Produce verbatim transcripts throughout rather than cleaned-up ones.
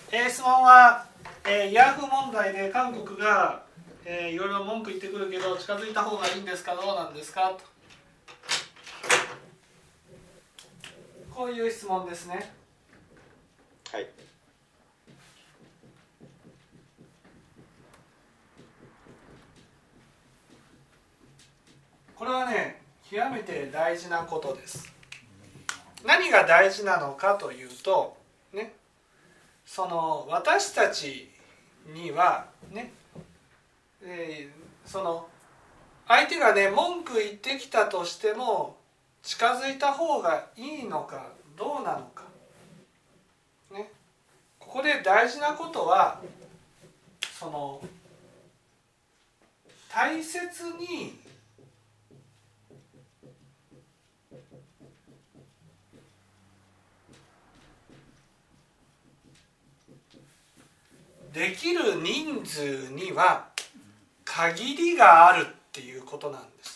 えー、質問は、えー、ヤーフー問題で韓国が、えー、いろいろ文句言ってくるけど近づいた方がいいんですかどうなんですかと、こういう質問ですね。 はい。 これはね、極めて大事なことです。何が大事なのかというとね、その私たちにはね、えー、その相手がね文句言ってきたとしても近づいた方がいいのかどうなのか、ね、ここで大事なことはその大切にできる人数には限りがあるっていうことなんです。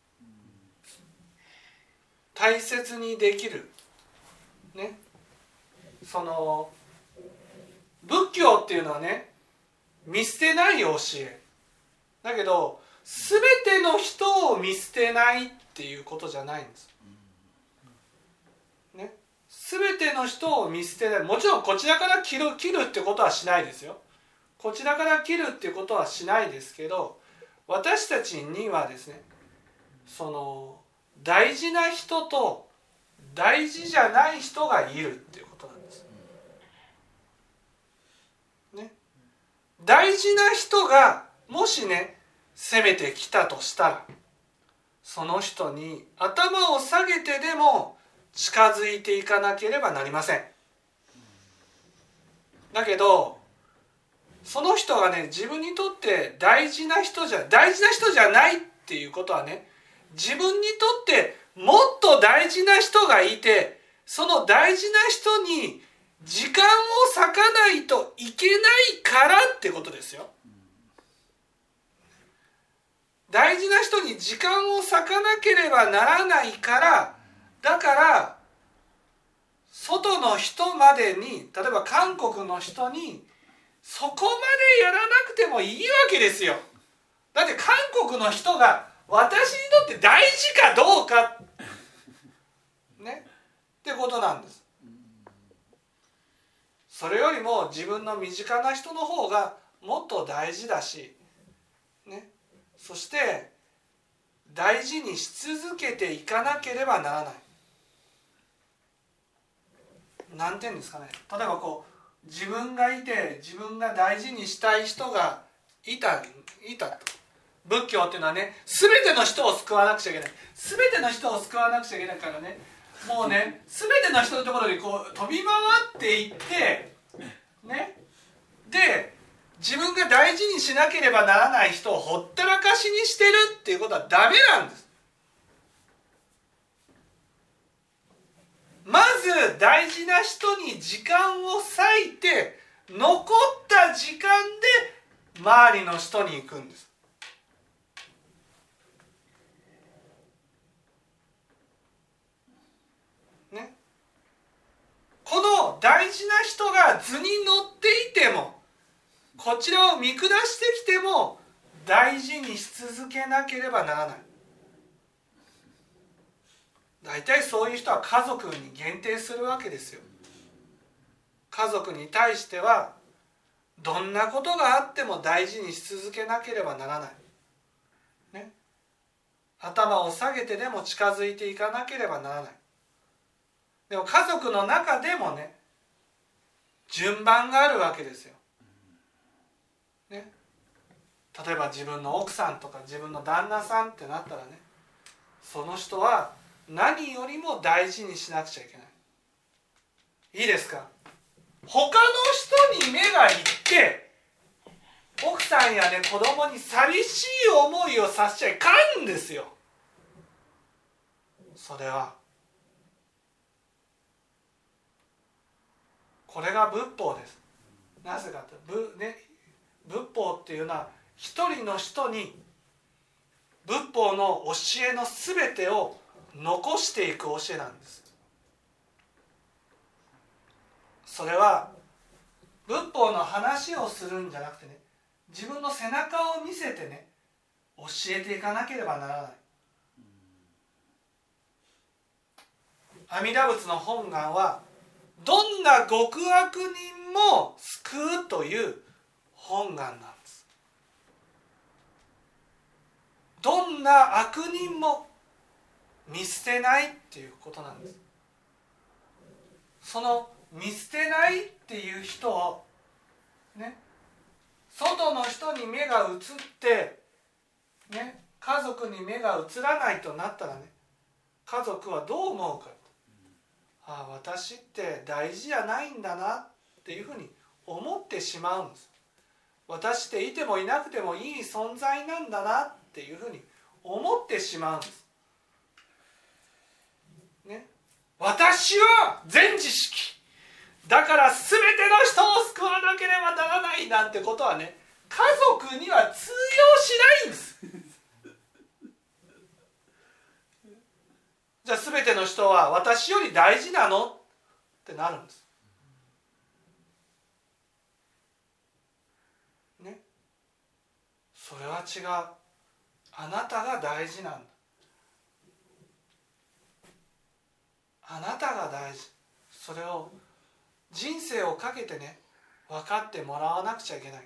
大切にできるね、その仏教っていうのはね、見捨てない教えだけど全ての人を見捨てないっていうことじゃないんですね。全ての人を見捨てない。もちろんこちらから切る、切るってことはしないですよ。こちらから切るっていうことはしないですけど、私たちにはですね、その大事な人と大事じゃない人がいるっていうことなんです、ね、大事な人がもしね攻めてきたとしたら、その人に頭を下げてでも近づいていかなければなりません。だけどその人がね自分にとって大事な人じゃ大事な人じゃないっていうことはね、自分にとってもっと大事な人がいて、その大事な人に時間を割かないといけないからってことですよ。大事な人に時間を割かなければならないから、だから外の人までに、例えば韓国の人にそこまでやらなくてもいいわけですよ。だって韓国の人が私にとって大事かどうかねってことなんです。それよりも自分の身近な人の方がもっと大事だし、ね、そして大事にし続けていかなければならない。なんていうんですかね、例えばこう自分がいて自分が大事にしたい人がいたいたと。仏教っていうのはね、全ての人を救わなくちゃいけない。全ての人を救わなくちゃいけないからね、もうね全ての人のところにこう飛び回っていってね、で自分が大事にしなければならない人をほったらかしにしてるっていうことはダメなんです。まず大事な人に時間を割いて、残った時間で周りの人に行くんです。ね、この大事な人が図に乗っていても、こちらを見下してきても大事にし続けなければならない。大体そういう人は家族に限定するわけですよ。家族に対してはどんなことがあっても大事にし続けなければならない、ね、頭を下げてでも近づいていかなければならない。でも家族の中でもね、順番があるわけですよ、ね、例えば自分の奥さんとか自分の旦那さんってなったらね、その人は何よりも大事にしなくちゃいけない。いいですか。他の人に目がいって奥さんやね子供に寂しい思いをさせちゃいかんんですよ。それはこれが仏法です。なぜかというと、ね、仏法っていうのは一人の人に仏法の教えのすべてを残していく教えなんです。それは仏法の話をするんじゃなくてね、自分の背中を見せてね、教えていかなければならない。阿弥陀仏の本願はどんな極悪人も救うという本願なんです。どんな悪人も見捨てないっていうことなんです。その見捨てないっていう人をね、外の人に目が移ってね、家族に目が移らないとなったらね、家族はどう思うか。ああ、私って大事じゃないんだなっていうふうに思ってしまうんです。私っていてもいなくてもいい存在なんだなっていうふうに思ってしまうんです、ね、私は全知識だから全ての人を救わなければならないなんてことはね、家族には通用しないんです。じゃあ全ての人は私より大事なのってなるんです、ね、それは違う。あなたが大事なんだ。あなたが大事。それを人生をかけてね、分かってもらわなくちゃいけない。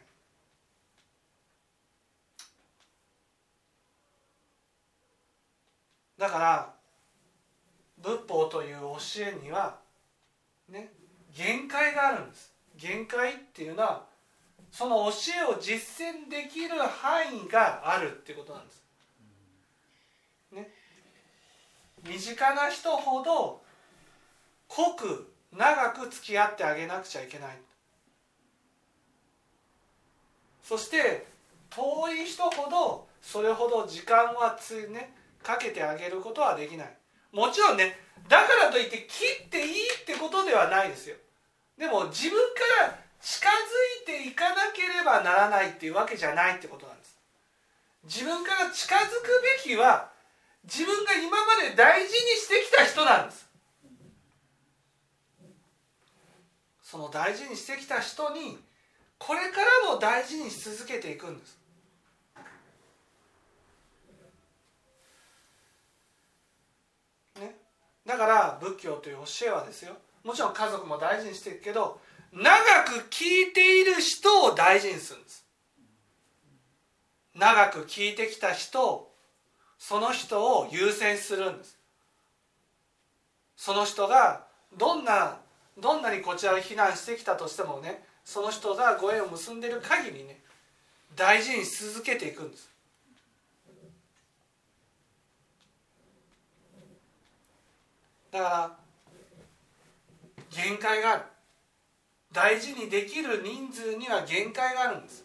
だから仏法という教えにはね、限界があるんです。限界っていうのはその教えを実践できる範囲があるっていうことなんです、ね、身近な人ほど濃く長く付き合ってあげなくちゃいけない。そして遠い人ほどそれほど時間はつ、ね、かけてあげることはできない。もちろんね、だからといって切っていいってことではないですよ。でも自分から近づいていかなければならないっていうわけじゃないってことなんです。自分から近づくべきは自分が今まで大事にしてきた人なんです。その大事にしてきた人にこれからも大事にし続けていくんです。ね、だから仏教という教えはですよ、もちろん家族も大事にしていくけど、長く聞いている人を大事にするんです。長く聞いてきた人、その人を優先するんです。その人がどんなどんなにこちらを非難してきたとしてもね、その人がご縁を結んでいる限りね、大事にし続けていくんです。だから限界がある。大事にできる人数には限界があるんです。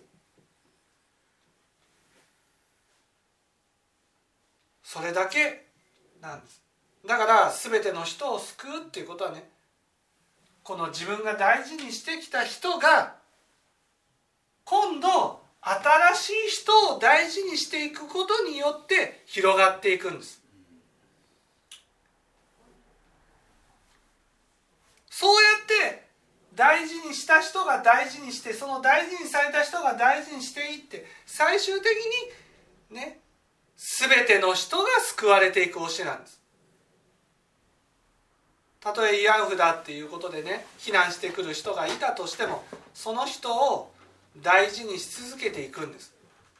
それだけなんです。だから全ての人を救うっていうことはね、この自分が大事にしてきた人が今度新しい人を大事にしていくことによって広がっていくんです。そうやって大事にした人が大事にして、その大事にされた人が大事にしていって、最終的にね、全ての人が救われていく教えなんです。たとえ慰安婦だっていうことでね、非難してくる人がいたとしても、その人を大事にし続けていくんです。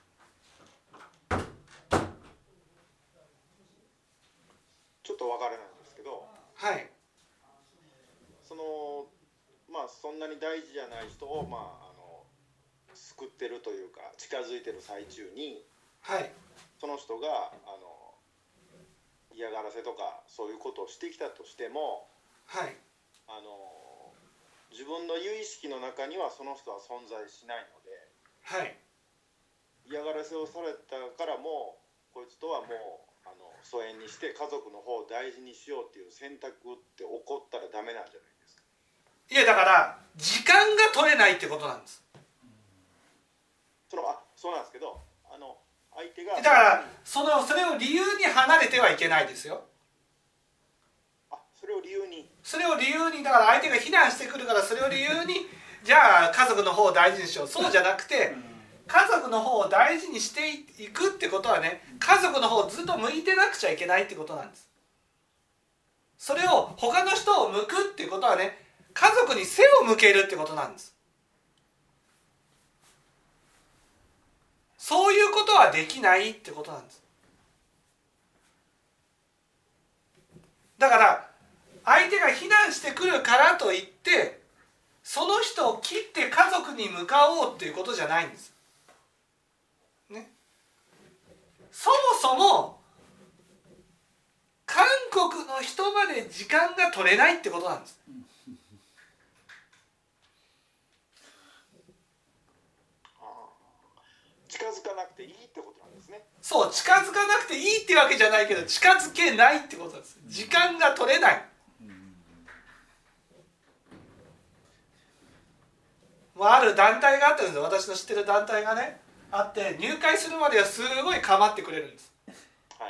ちょっと分からないんですけど、 はい、 そのまあそんなに大事じゃない人を、まあ、あの救ってるというか近づいてる最中に、 はい、 その人があの嫌がらせとかそういうことをしてきたとしても、 はい、 あの自分の有意識の中にはその人は存在しないので、 はい、 嫌がらせをされたからもこいつとはもうあの疎遠にして家族の方を大事にしようっていう選択って起こったらダメなんじゃないですか。 いやだから時間が取れないってことなんです。 そのあそうなんですけど、あの相手がだからそのそれを理由に離れてはいけないですよ。あそれを理由にそれを理由にだから相手が非難してくるから、それを理由にじじゃあ家族の方を大事にしよう、そうじゃなくて、家族の方を大事にしていくってことはね、家族の方をずっと向いてなくちゃいけないってことなんです。それを他の人を向くっていうことはね、家族に背を向けるってことなんです。そういうことはできないってことなんです。だから相手が非難してくるからといってその人を切って家族に向かおうっていうことじゃないんです、ね、そもそも韓国の人まで時間が取れないってことなんです。 近づかなくていいってことなんですね。 そう、近づかなくていいってわけじゃないけど近づけないってことなんです。時間が取れない。もうある団体があったんですよ。私の知ってる団体がねあって、入会するまではすごい構ってくれるんです、 はい、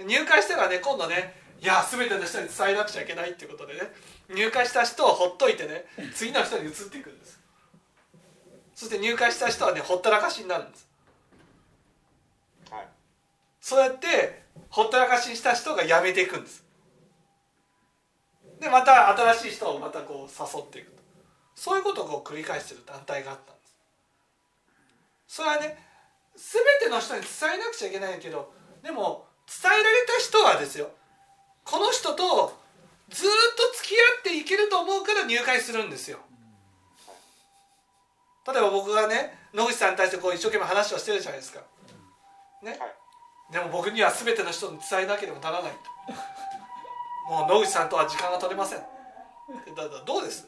入会したらね今度ね、いや全ての人に伝えなくちゃいけないっていうことでね、入会した人をほっといてね次の人に移っていくんです。そして入会した人はねほったらかしになるんです。 はい、 そうやってほったらかしにした人が辞めていくんです。でまた新しい人をまたこう誘っていくと、そういうことをこう繰り返している団体があったんです。それはね全ての人に伝えなくちゃいけないけど、でも伝えられた人はですよ、この人とずっと付き合っていけると思うから入会するんですよ。例えば僕がね野口さんに対してこう一生懸命話をしてるじゃないですか、ね、はい、でも僕には全ての人に伝えなければならないと、もう野口さんとは時間が取れません。だからどうです？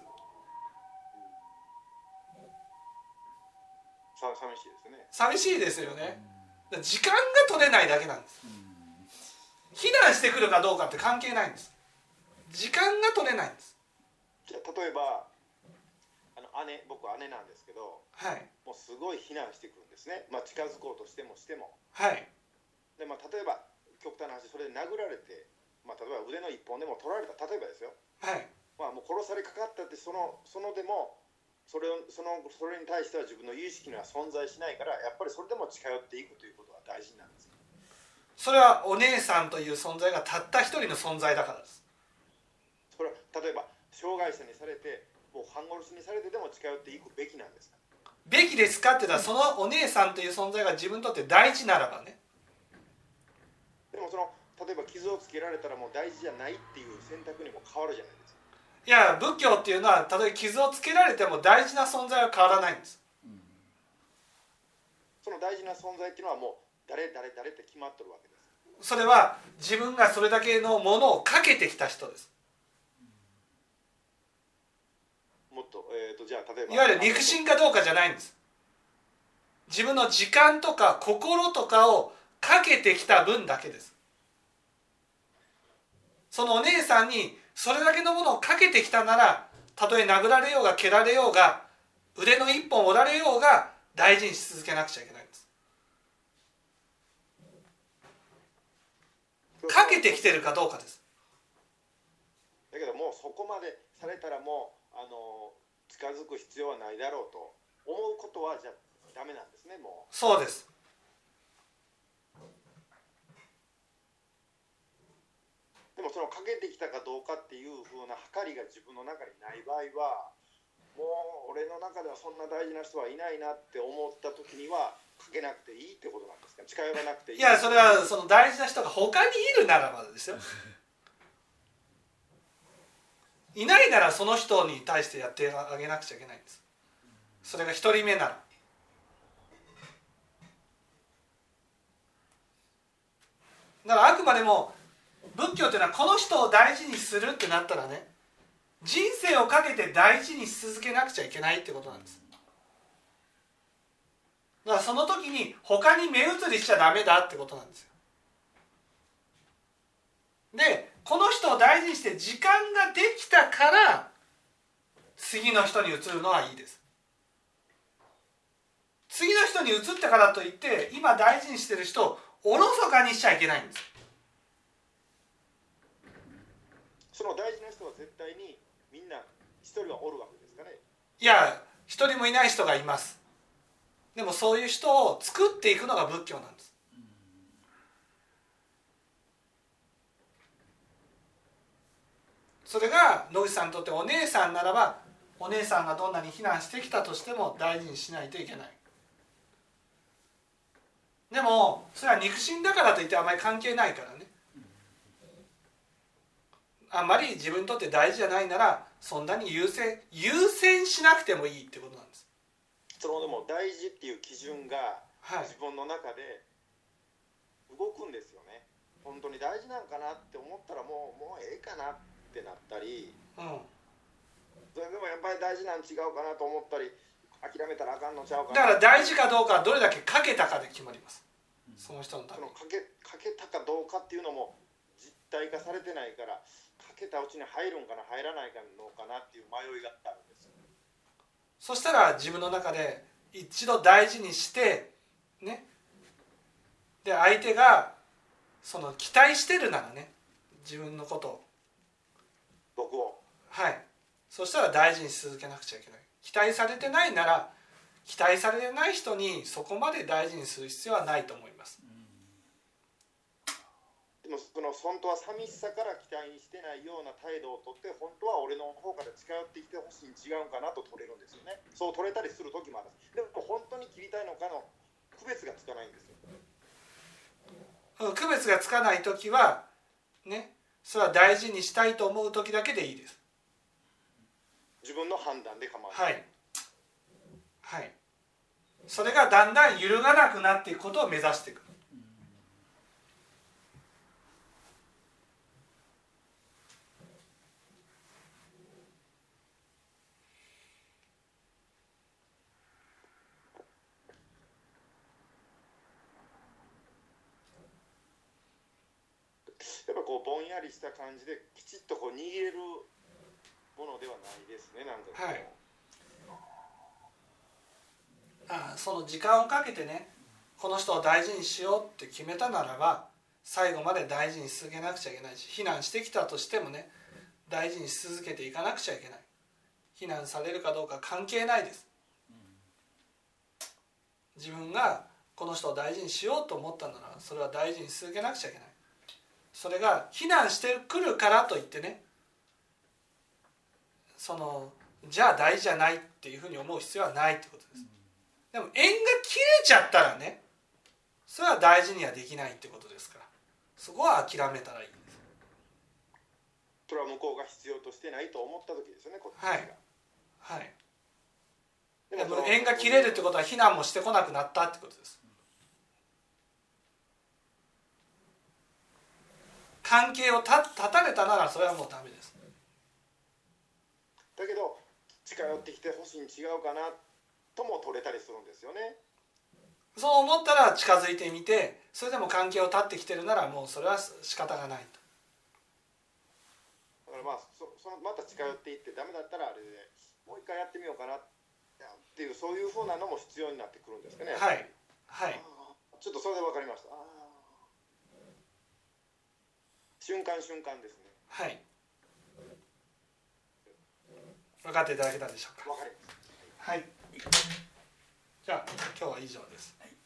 寂しいですね。 寂しいですよね。時間が取れないだけなんです。非難してくるかどうかって関係ないんです。時間が取れないんです。 じゃあ例えばあの姉、僕は姉なんですけど、 はい、 もうすごい非難してくるんですね、まあ、近づこうとしてもしても、 はい、 で、まあ、例えば極端な話、それで殴られて、まあ、例えば腕の一本でも取られた、例えばですよ、 はい、 まあ、もう殺されかかったってその、そのでもそれをそのそれに対しては自分の有意識には存在しないから、やっぱりそれでも近寄っていくということが大事なんです。 それはお姉さんという存在がたった一人の存在だからです。 それは例えば障害者にされてもう半殺しにされてでも近寄っていくべきなんですか？ べきですかって言ったら、そのお姉さんという存在が自分にとって大事ならばね。 でもその例えば傷をつけられたらもう大事じゃないっていう選択にも変わるじゃないですか。 いや、仏教っていうのはたとえ傷をつけられても大事な存在は変わらないんです。 その大事な存在っていうのはもう誰誰誰って決まってるわけです。 それは自分がそれだけのものをかけてきた人です。 もっと、えーと、じゃあ例えばいわゆる肉親かどうかじゃないんです。自分の時間とか心とかをかけてきた分だけです。そのお姉さんにそれだけのものをかけてきたなら、たとえ殴られようが蹴られようが腕の一本折られようが大事にし続けなくちゃいけないんです。かけてきてるかどうかです。 だけどもうそこまでされたらもうあの近づく必要はないだろうと思うことはじゃあダメなんですね。もうそうです。 でもそのかけてきたかどうかっていう風な計りが自分の中にない場合は、もう俺の中ではそんな大事な人はいないなって思った時にはかけなくていいってことなんですか？近寄らなくていい。 いや、それはその大事な人が他にいるならばですよ。いないならその人に対してやってあげなくちゃいけないんです。それが一人目なら。だからあくまでも仏教というのはこの人を大事にするってなったらね、人生をかけて大事にし続けなくちゃいけないってことなんです。だからその時に他に目移りしちゃダメだってことなんですよ。で、この人を大事にして時間ができたから次の人に移るのはいいです。次の人に移ったからといって今大事にしてる人をおろそかにしちゃいけないんです。 その大事な人は絶対にみんな一人はおるわけですかね。 いや、一一人もいない人がいます。でもそういう人を作っていくのが仏教なんです。それが野口さんにとってお姉さんならば、お姉さんがどんなに非難してきたとしても大事にしないといけない。でもそれは肉親だからといってあまり関係ないからね。あんまり自分にとって大事じゃないならそんなに優先優先しなくてもいいってことなんです。 そのでも大事っていう基準が自分の中で動くんですよね。本当に大事なんかなって思ったらもうもうええかなってなったり、うん、それでもやっぱり大事なん違うかなと思ったり、諦めたらあかんのちゃうかな。 だから大事かどうかはどれだけかけたかで決まります。その人のために。 そのかけ、かけたかどうかっていうのも実体化されてないから、かけたうちに入るんかな入らないのかなっていう迷いがあるんですよ。 そしたら自分の中で一度大事にしてね、で相手がその期待してるならね、自分のことを僕をはい、そしたら大事にし続けなくちゃいけない。期待されてないなら期待されてない人にそこまで大事にする必要はないと思います。 でもその本当は寂しさから期待してないような態度をとって、本当は俺の方から近寄ってきてほしいに違うんかなと取れるんですよね。そう取れたりする時もある。でも本当に切りたいのかの区別がつかないんですよ。 区別がつかない時はね、それは大事にしたいと思う時だけでいいです。 自分の判断で構わない。はい、はい、それがだんだん揺るがなくなっていくことを目指していく。 やっぱこうぼんやりした感じできちっとこう握れるものではないですね。なんか、 はい、あその時間をかけてね、この人を大事にしようって決めたならば最後まで大事にし続けなくちゃいけないし、非難してきたとしてもね大事にし続けていかなくちゃいけない。非難されるかどうか関係ないです。自分がこの人を大事にしようと思ったならそれは大事にし続けなくちゃいけない。それが非難してくるからといってね、そのじゃあ大事じゃないっていうふうに思う必要はないってことです。でも縁が切れちゃったらね、それは大事にはできないってことですから、そこは諦めたらいいんです。 それは向こうが必要としてないと思った時ですよね、こっちが。 はいはい。でも縁が切れるってことは非難もしてこなくなったってことです。関係を断たれたならそれはもうダメです。 だけど近寄ってきてほしいに違うかなとも取れたりするんですよね。 そう思ったら近づいてみて、それでも関係を断ってきてるならもうそれは仕方がないと。 だからまあ そ, そのまた近寄っていってダメだったらあれでもう一回やってみようかなっていう、そういうふうなのも必要になってくるんですかね。 はいはい。 ちょっとそれで分かりました。あ瞬間瞬間ですね。 はい。分かっていただけたでしょうか。 分かります。 はい。じゃあ今日は以上です。 はい。